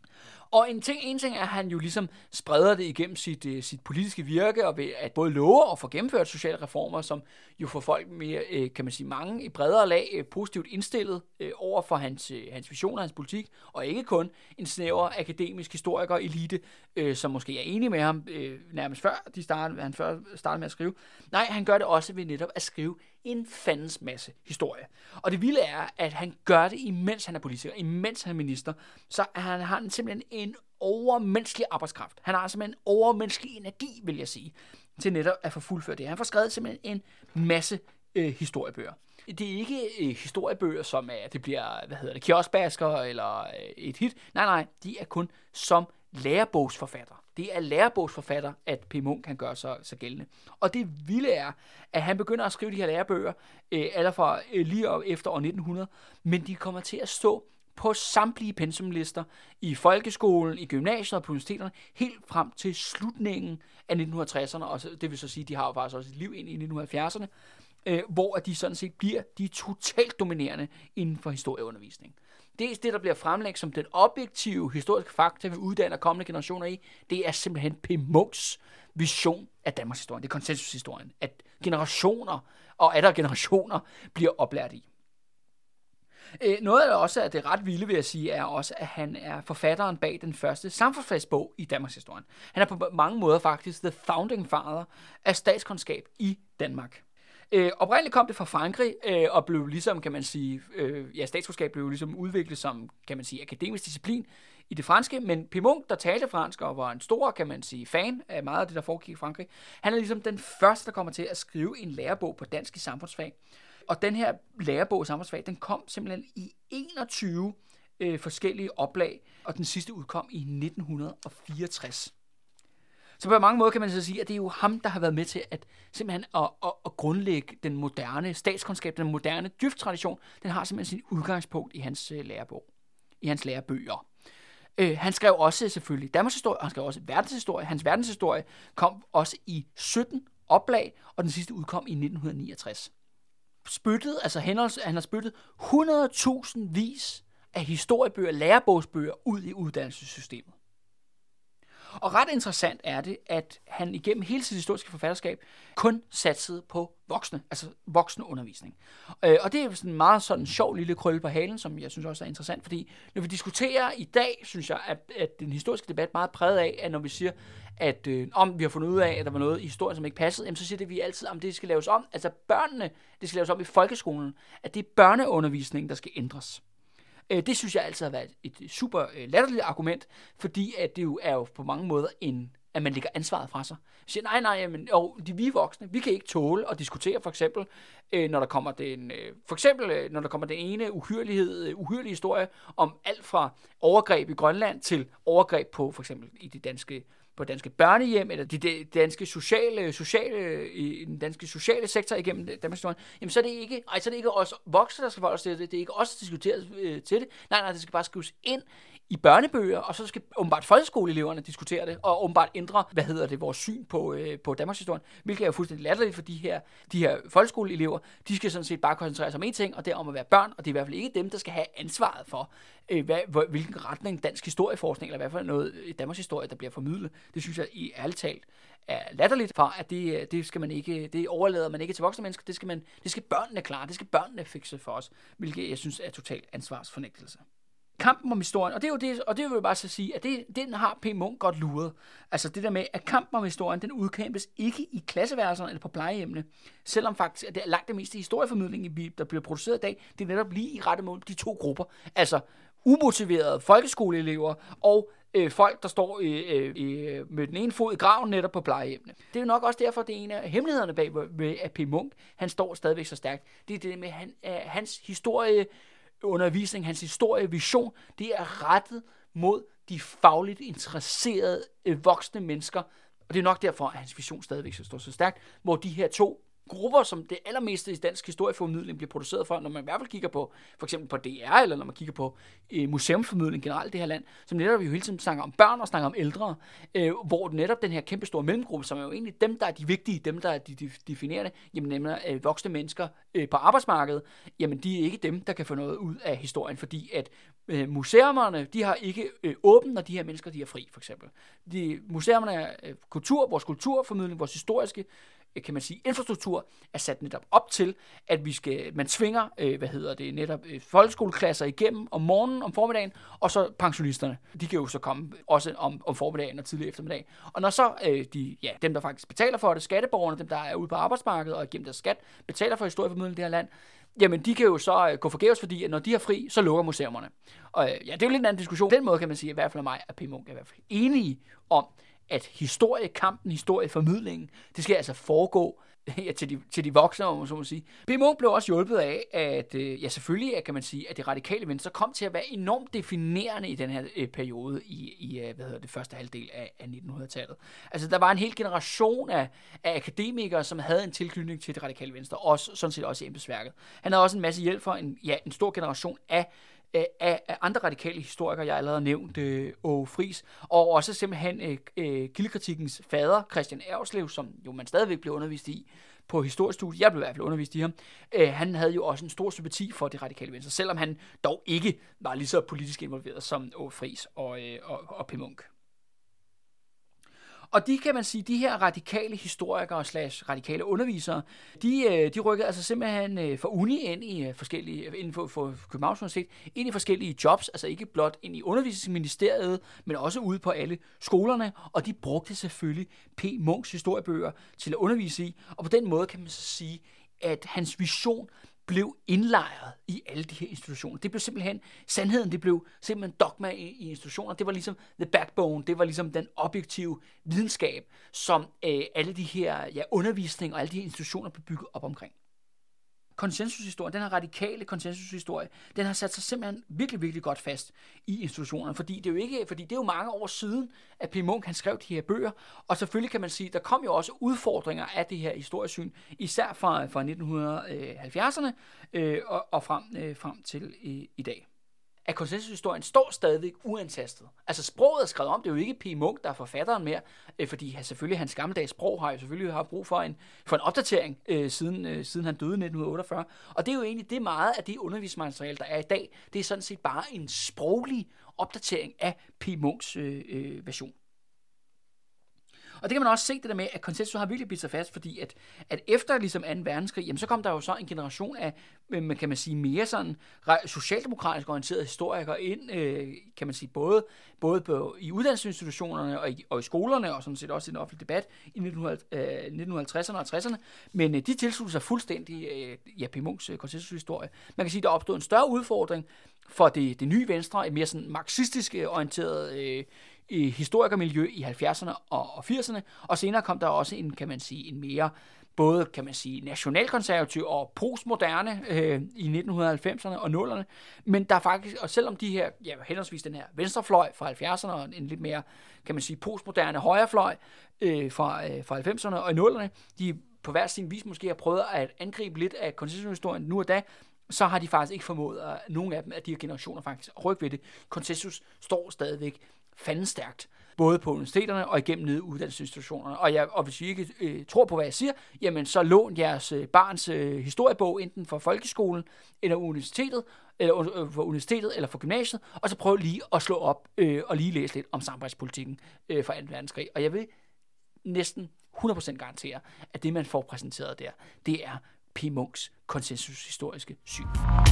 Og en ting er, at han jo ligesom spreder det igennem sit politiske virke, og ved at både love og få gennemført sociale reformer, som jo får folk mere, kan man sige, mange i bredere lag positivt indstillet over for hans vision og hans politik, og ikke kun en snæver akademisk historiker elite, som måske er enig med ham nærmest før han startede med at skrive. Nej, han gør det også ved netop at skrive en fandens masse historie. Og det vilde er, at han gør det, imens han er politiker, imens han er minister, så har han simpelthen en overmenneskelig arbejdskraft. Han har simpelthen en overmenneskelig energi, vil jeg sige, til netop at få fuldført det. Han får skrevet simpelthen en masse historiebøger. Det er ikke historiebøger, som det bliver, kioskbasker eller et hit. Nej, de er kun som lærebogsforfatter. Det er lærebogsforfatter, at P. Munk kan gøre så gældende. Og det vilde er, at han begynder at skrive de her lærebøger allerede fra lige op efter år 1900, men de kommer til at stå på samtlige pensumlister i folkeskolen, i gymnasiet og på universiteterne, helt frem til slutningen af 1960'erne, og det vil så sige, at de har jo faktisk også et liv ind i 1970'erne, hvor de sådan set bliver de totalt dominerende inden for historieundervisning. Det, der bliver fremlagt som den objektive historiske fakta, vi uddanner kommende generationer i, det er simpelthen P. Munks vision af Danmarks historie. Det er konsensushistorien, at generationer og atter generationer bliver oplært i. Noget af det også, at det ret vilde, vil jeg sige, er også, at han er forfatteren bag den første samfundsfagsbog i Danmarks historie. Han er på mange måder faktisk the founding father af statskundskab i Danmark. Oprindeligt kom det fra Frankrig, og blev ligesom, kan man sige, statskundskab blev ligesom udviklet som, kan man sige, akademisk disciplin i det franske, men P. Munk, der talte fransk og var en stor, kan man sige, fan af meget af det, der foregik i Frankrig, han er ligesom den første, der kommer til at skrive en lærebog på dansk i samfundsfag. Og den her lærebog i samfundsfag, den kom simpelthen i 21 forskellige oplag, og den sidste udkom i 1964. Så på mange måder kan man så sige, at det er jo ham, der har været med til at simpelthen at grundlægge den moderne statskundskab, den moderne djøf-tradition. Den har simpelthen sin udgangspunkt i hans lærebog, i hans lærebøger. Han skrev også selvfølgelig Danmarks historie, og han skrev også verdenshistorie. Hans verdenshistorie kom også i 17 oplag, og den sidste udkom i 1969. Han har spyttet 100.000 vis af historiebøger, lærebogsbøger ud i uddannelsessystemet. Og ret interessant er det, at han igennem hele sit historiske forfatterskab kun satsede på voksne, altså voksenundervisning. Og det er sådan en meget sådan sjov lille krølle på halen, som jeg synes også er interessant, fordi når vi diskuterer i dag, synes jeg, at den historiske debat er meget præget af, at når vi siger, at om vi har fundet ud af, at der var noget i historien, som ikke passede, jamen, så siger det vi altid, om det skal laves om. Altså børnene, det skal laves om i folkeskolen, at det er børneundervisningen, der skal ændres. Det synes jeg altid har været et super latterligt argument, fordi at det jo er jo på mange måder at man lægger ansvaret fra sig. Jeg siger, nej, men vi er voksne, vi kan ikke tåle at diskutere for eksempel, når der kommer den ene uhyrlige historie om alt fra overgreb i Grønland til overgreb på for eksempel i på danske børnehjem, eller den danske sociale sektor igennem Danmarks historie, jamen så er det ikke os voksne, der skal forholde sig til det, det er ikke os, der diskuterer til det. Nej, det skal bare skrives ind i børnebøger, og så skal åbenbart folkeskoleeleverne diskutere det, og åbenbart ændre, vores syn på Danmarks historie, hvilket er jo fuldstændig latterligt, for de her folkeskoleelever, de skal sådan set bare koncentrere sig om én ting, og det er om at være børn, og det er i hvert fald ikke dem, der skal have ansvaret for, hvilken retning dansk historieforskning, eller i hvert fald noget i Danmarks historie, der bliver formidlet. Det synes jeg i ærligt talt er latterligt, for at det skal man ikke, det overlader man ikke til voksne mennesker, det skal børnene klare, det skal børnene fikse for os, hvilket jeg synes er totalt ansvarsfornægtelse. Kampen om historien, og det er jo det, og det vil jeg bare så sige, at den har P. Munk godt luret. Altså det der med, at kampen om historien, den udkæmpes ikke i klasseværelserne eller på plejehjemmene, selvom faktisk, at det er langt det meste historieformidling, der bliver produceret i dag, det er netop lige i rette mål de to grupper. Altså umotiverede folkeskoleelever og folk, der står med den ene fod i graven netop på plejehjemmene. Det er jo nok også derfor, det er en af hemmelighederne bag ved, at P. Munk, han står stadigvæk så stærkt. Det er det med hans historieundervisning, hans historievision, det er rettet mod de fagligt interesserede voksne mennesker. Og det er nok derfor, at hans vision stadigvæk står så stærkt, hvor de her to grupper, som det allermeste i dansk historieformidling bliver produceret for, når man i hvert fald kigger på, for eksempel på DR, eller når man kigger på museumsformidling generelt i det her land, som netop vi jo hele tiden snakker om børn og snakker om ældre, hvor netop den her kæmpe store mellemgruppe, som er jo egentlig dem, der er de vigtige, dem, der er de definerende, jamen nemlig voksne mennesker på arbejdsmarkedet, jamen de er ikke dem, der kan få noget ud af historien, fordi at museumerne, de har ikke åbent, når de her mennesker, de er fri, for eksempel. Museumerne er vores kulturformidling, vores historiske, kan man sige, infrastruktur er sat netop op til, at man tvinger, netop folkeskoleklasser igennem om morgenen, om formiddagen, og så pensionisterne. De kan jo så komme også om formiddagen og tidlig eftermiddag. Og når så dem, der faktisk betaler for det, skatteborgerne, dem, der er ude på arbejdsmarkedet og gennem deres skat, betaler for historieformidling i det her land, jamen de kan jo så gå forgæves, fordi at når de er fri, så lukker museumerne. Og det er jo lidt en anden diskussion. På den måde kan man sige, i hvert fald af mig, at P. Munch er i hvert fald enige om, at historiekampen, historieformidlingen, det skal altså foregå til de voksne, om man så må sige. P. Munch blev også hjulpet af, at selvfølgelig kan man sige, at det radikale venstre kom til at være enormt definerende i den her periode i første halvdel af 1900-tallet. Altså der var en hel generation af akademikere, som havde en tilknytning til det radikale venstre, og sådan set også i embedsværket. Han havde også en masse hjælp for en stor generation af andre radikale historikere, jeg allerede har nævnt, Åge Friis, og også simpelthen kildekritikkens fader, Christian Erslev, som jo man stadigvæk blev undervist i på historiestudiet. Jeg blev i hvert fald undervist i ham. Han havde jo også en stor sympati for det radikale venstre, selvom han dog ikke var lige så politisk involveret som Åge Friis og P. Munch. Og de, kan man sige, de her radikale historikere / radikale undervisere, de rykkede altså simpelthen fra uni ind i forskellige, inden for Københavns Universitet, ind i forskellige jobs, altså ikke blot ind i undervisningsministeriet, men også ude på alle skolerne, og de brugte selvfølgelig P. Munchs historiebøger til at undervise i, og på den måde kan man så sige, at hans vision blev indlejret i alle de her institutioner. Det blev simpelthen sandheden, det blev simpelthen dogma i institutioner. Det var ligesom the backbone, det var ligesom den objektive videnskab, som alle de her undervisning og alle de her institutioner blev bygget op omkring. Konsensushistorien, den her radikale konsensushistorie, den har sat sig simpelthen virkelig, virkelig godt fast i institutionerne, fordi det er jo mange år siden, at P. Munch han skrev de her bøger, og selvfølgelig kan man sige, der kom jo også udfordringer af det her historiesyn, især fra 1970'erne og frem til i dag. At konsensushistorien står stadigvæk uantastet. Altså sproget er skrevet om, det er jo ikke P. Munch, der er forfatteren mere, fordi selvfølgelig hans gammeldags sprog har jo selvfølgelig haft brug for en opdatering, siden han døde i 1948. Og det er jo egentlig det meget af det undervisningsmateriale, der er i dag, det er sådan set bare en sproglig opdatering af P. Munchs version. Og det kan man også se det der med, at konsensus har virkelig bidt sig fast, fordi at efter ligesom 2. verdenskrig, jamen, så kom der jo så en generation af, kan man sige, mere sådan socialdemokratisk orienterede historikere ind, kan man sige, både i uddannelsesinstitutionerne og i skolerne, og sådan set også i den offentlige debat i 1950'erne og 60'erne. Men de tilsluttede sig fuldstændig P. Munchs konsensushistorie. Man kan sige, at der opstod en større udfordring for det nye venstre, et mere sådan marxistisk orienteret historikermiljø i 70'erne og 80'erne, og senere kom der også en mere både, kan man sige, nationalkonservativ og postmoderne i 1990'erne og 00'erne, men der er faktisk, og selvom de her, henholdsvis den her venstrefløj fra 70'erne og en lidt mere, kan man sige, postmoderne højrefløj fra 90'erne og 00'erne, de på hver sin vis måske har prøvet at angribe lidt af konsensushistorien nu og da, så har de faktisk ikke formået, at nogen af dem af de her generationer faktisk at rykke ved det. Konsensus står stadigvæk fandestærkt, både på universiteterne og igennem nede i uddannelsesinstitutionerne. Og hvis I ikke tror på, hvad jeg siger, jamen så lån jeres barns historiebog, enten for folkeskolen, eller universitetet, eller for gymnasiet, og så prøv lige at slå op og lige læse lidt om samarbejdspolitikken fra 2. verdenskrig. Og jeg vil næsten 100% garantere, at det, man får præsenteret der, det er P. Munchs konsensushistoriske syn.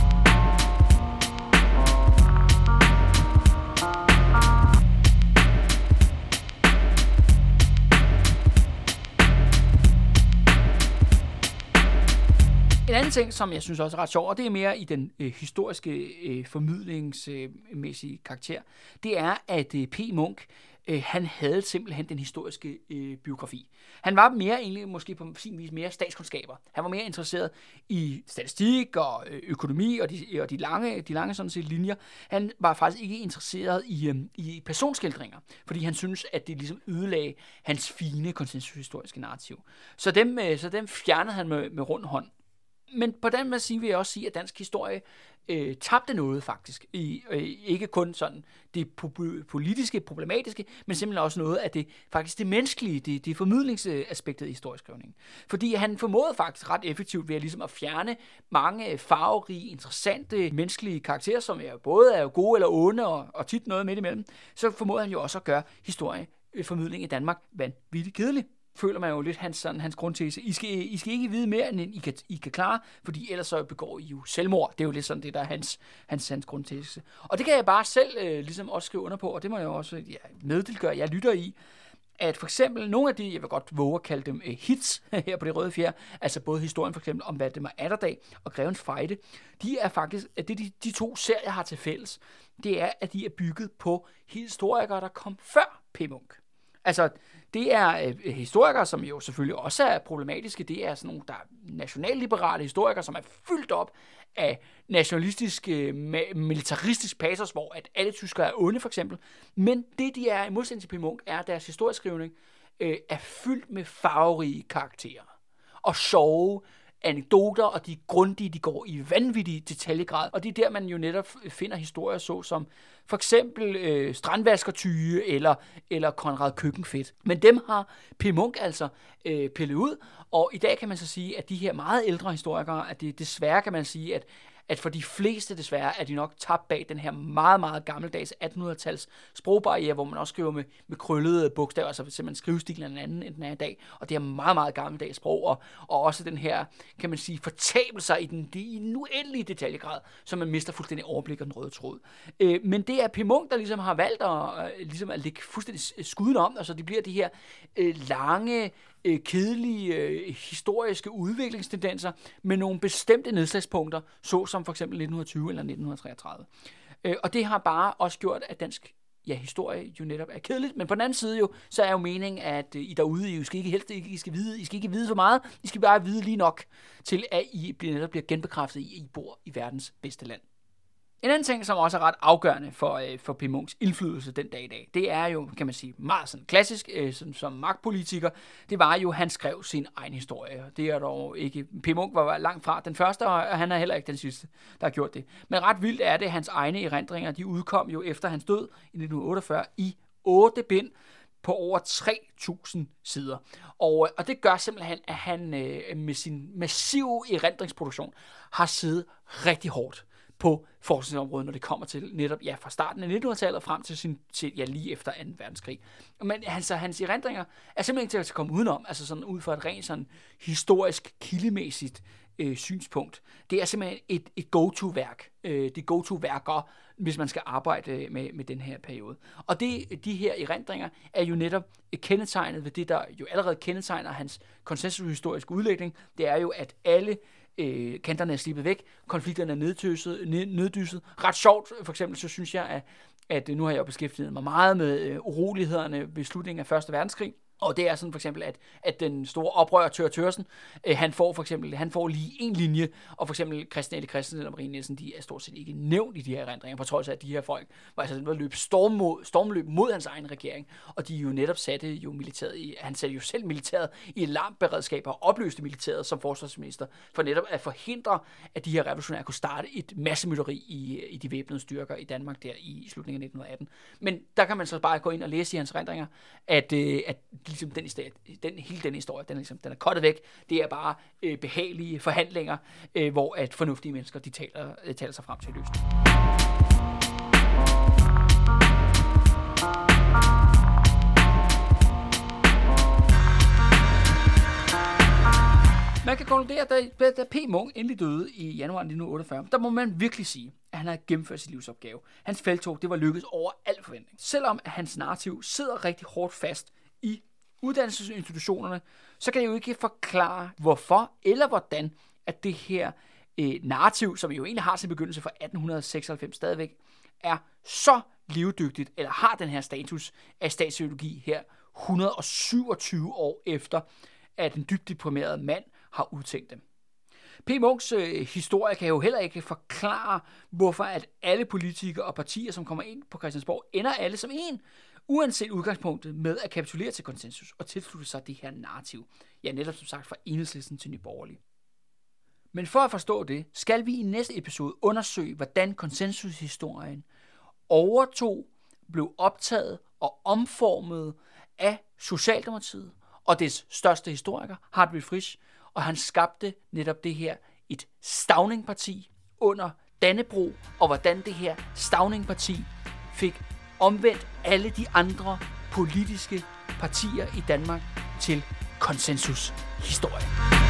En anden ting, som jeg synes også er ret sjov, og det er mere i den historiske formidlingsmæssige karakter, det er, at P. Munch Han havde simpelthen den historiske biografi. Han var mere egentlig måske på sin vis mere statskundskaber. Han var mere interesseret i statistik og økonomi og de lange sådan set linjer. Han var faktisk ikke interesseret i personskildringer, fordi han syntes, at det ligesom ødelagde hans fine konsensushistoriske narrativ. Så dem fjernede han med rund hånd. Men på den måde vil jeg også sige, at dansk historie tabte noget faktisk. Ikke kun sådan det politiske, problematiske, men simpelthen også noget af det faktisk det menneskelige, det formidlingsaspektet i historieskrivningen. Fordi han formåede faktisk ret effektivt ved at fjerne mange farverige, interessante menneskelige karakterer, som både er gode eller onde, og tit noget midt imellem. Så formåede han jo også at gøre historieformidling i Danmark vanvittigt kedelig. Føler man jo lidt hans grundtese. I skal ikke vide mere, end I kan klare, fordi ellers så begår I jo selvmord. Det er jo lidt sådan det, der er hans grundtese. Og det kan jeg bare selv ligesom også skrive under på, og det må jeg jo også meddelgøre, jeg lytter i, at for eksempel nogle af de, jeg vil godt våge at kalde dem hits her på Det Røde Fjer, altså både historien for eksempel om hvad det var Atterdag og Grevens Fejde, de er faktisk, at det de to serier har til fælles, det er, at de er bygget på historikere, der kom før P. Munk. Altså, det er historikere, som jo selvfølgelig også er problematiske. Det er sådan nogle, der er nationalliberale historikere, som er fyldt op af nationalistisk, militaristisk patos, hvor at alle tyskere er onde, for eksempel. Men det, de er i modsætning til P. Munk, er, at deres historieskrivning er fyldt med farverige karakterer og sjove anekdoter, og de er grundige, de går i vanvittig detaljegrad, og det er der, man jo netop finder historier så som for eksempel Strandvaskertyge eller Konrad Køkkenfedt. Men dem har P. Munk altså pillet ud, og i dag kan man så sige, at de her meget ældre historikere, at det desværre kan man sige, at for de fleste desværre er de nok tabt bag den her meget, meget gammeldags 1800-tals sprogbarriere, hvor man også skriver med krøllede bogstaver, altså simpelthen skrivestilen er en anden, end den er i dag, og det er meget, meget gammeldags sprog, og også den her, kan man sige, fortabelser i den uendelige detaljegrad, så man mister fuldstændig overblik og den røde tråd. Men det er P. Munk, der ligesom har valgt at lægge fuldstændig skuden om, altså det bliver de her lange, kedelige historiske udviklingstendenser med nogle bestemte nedslagspunkter, såsom for eksempel 1920 eller 1933. Og det har bare også gjort, at dansk historie jo netop er kedeligt, men på den anden side jo, så er jo meningen, at I derude, I skal ikke vide for meget, I skal bare vide lige nok, til at I netop bliver genbekræftet i, at I bor i verdens bedste land. En anden ting, som også er ret afgørende for P. Munks indflydelse den dag i dag, det er jo, kan man sige, meget sådan klassisk som magtpolitiker, det var jo, han skrev sin egen historie. Det er dog ikke, P. Munk var langt fra den første, og han er heller ikke den sidste, der har gjort det. Men ret vildt er det, hans egne erindringer, de udkom jo efter hans død i 1948 i 8 bind på over 3.000 sider. Og det gør simpelthen, at han med sin massive erindringsproduktion har siddet rigtig hårdt på forskningsområdet, når det kommer til netop fra starten af 1900-tallet frem til lige efter 2. verdenskrig. Men hans erindringer er simpelthen ikke til at komme udenom, altså sådan ud fra et rent sådan historisk, kildemæssigt synspunkt. Det er simpelthen et go-to-værk. Det go-to-værker, hvis man skal arbejde med den her periode. Og de her erindringer er jo netop kendetegnet ved det, der jo allerede kendetegner hans konsensushistoriske udlægning. Det er jo, at alle kanterne er slippet væk, konflikterne er neddysset. Ret sjovt, for eksempel, så synes jeg, at nu har jeg jo beskæftiget mig meget med urolighederne ved slutningen af 1. verdenskrig. Og det er sådan for eksempel, at den store oprører Thøger Thøgersen, han får lige en linje, og for eksempel Christian L. Christensen og Marie Nielsen, de er stort set ikke nævnt i de her erindringer, på trods af, at de her folk var løb stormløb mod hans egen regering, og de jo netop han satte jo selv militæret i alarmberedskab og opløste militæret som forsvarsminister, for netop at forhindre, at de her revolutionære kunne starte et massemytteri i de væbnede styrker i Danmark der i slutningen af 1918. Men der kan man så bare gå ind og læse i hans erindringer, at ligesom hele den historie, den er kottet væk. Det er bare behagelige forhandlinger, hvor at fornuftige mennesker, de taler sig frem til løsning. Man kan konkludere, at da P. Munk endelig døde i januar 1948, der må man virkelig sige, at han havde gennemført sin livsopgave. Hans felttog, det var lykkedes over al forventning. Selvom hans narrativ sidder rigtig hårdt fast i uddannelsesinstitutionerne, så kan det jo ikke forklare, hvorfor eller hvordan, at det her narrativ, som jo egentlig har sin begyndelse fra 1896 stadigvæk, er så levedygtigt, eller har den her status af statspsykologi her 127 år efter, at en dybt deprimeret mand har udtænkt dem. P. Munchs historie kan jo heller ikke forklare, hvorfor at alle politikere og partier, som kommer ind på Christiansborg, ender alle som en, uanset udgangspunktet med at kapitulere til konsensus og tilslutte sig det her narrativ. Ja, netop som sagt fra Enhedslisten til Nye Borgerlige. Men for at forstå det, skal vi i næste episode undersøge, hvordan konsensushistorien overtog, blev optaget og omformet af Socialdemokratiet og dets største historiker, Hartwig Frisch, og han skabte netop det her, et Stauning-parti under Dannebrog, og hvordan det her Stauning-parti fik omvendt alle de andre politiske partier i Danmark til konsensushistorie.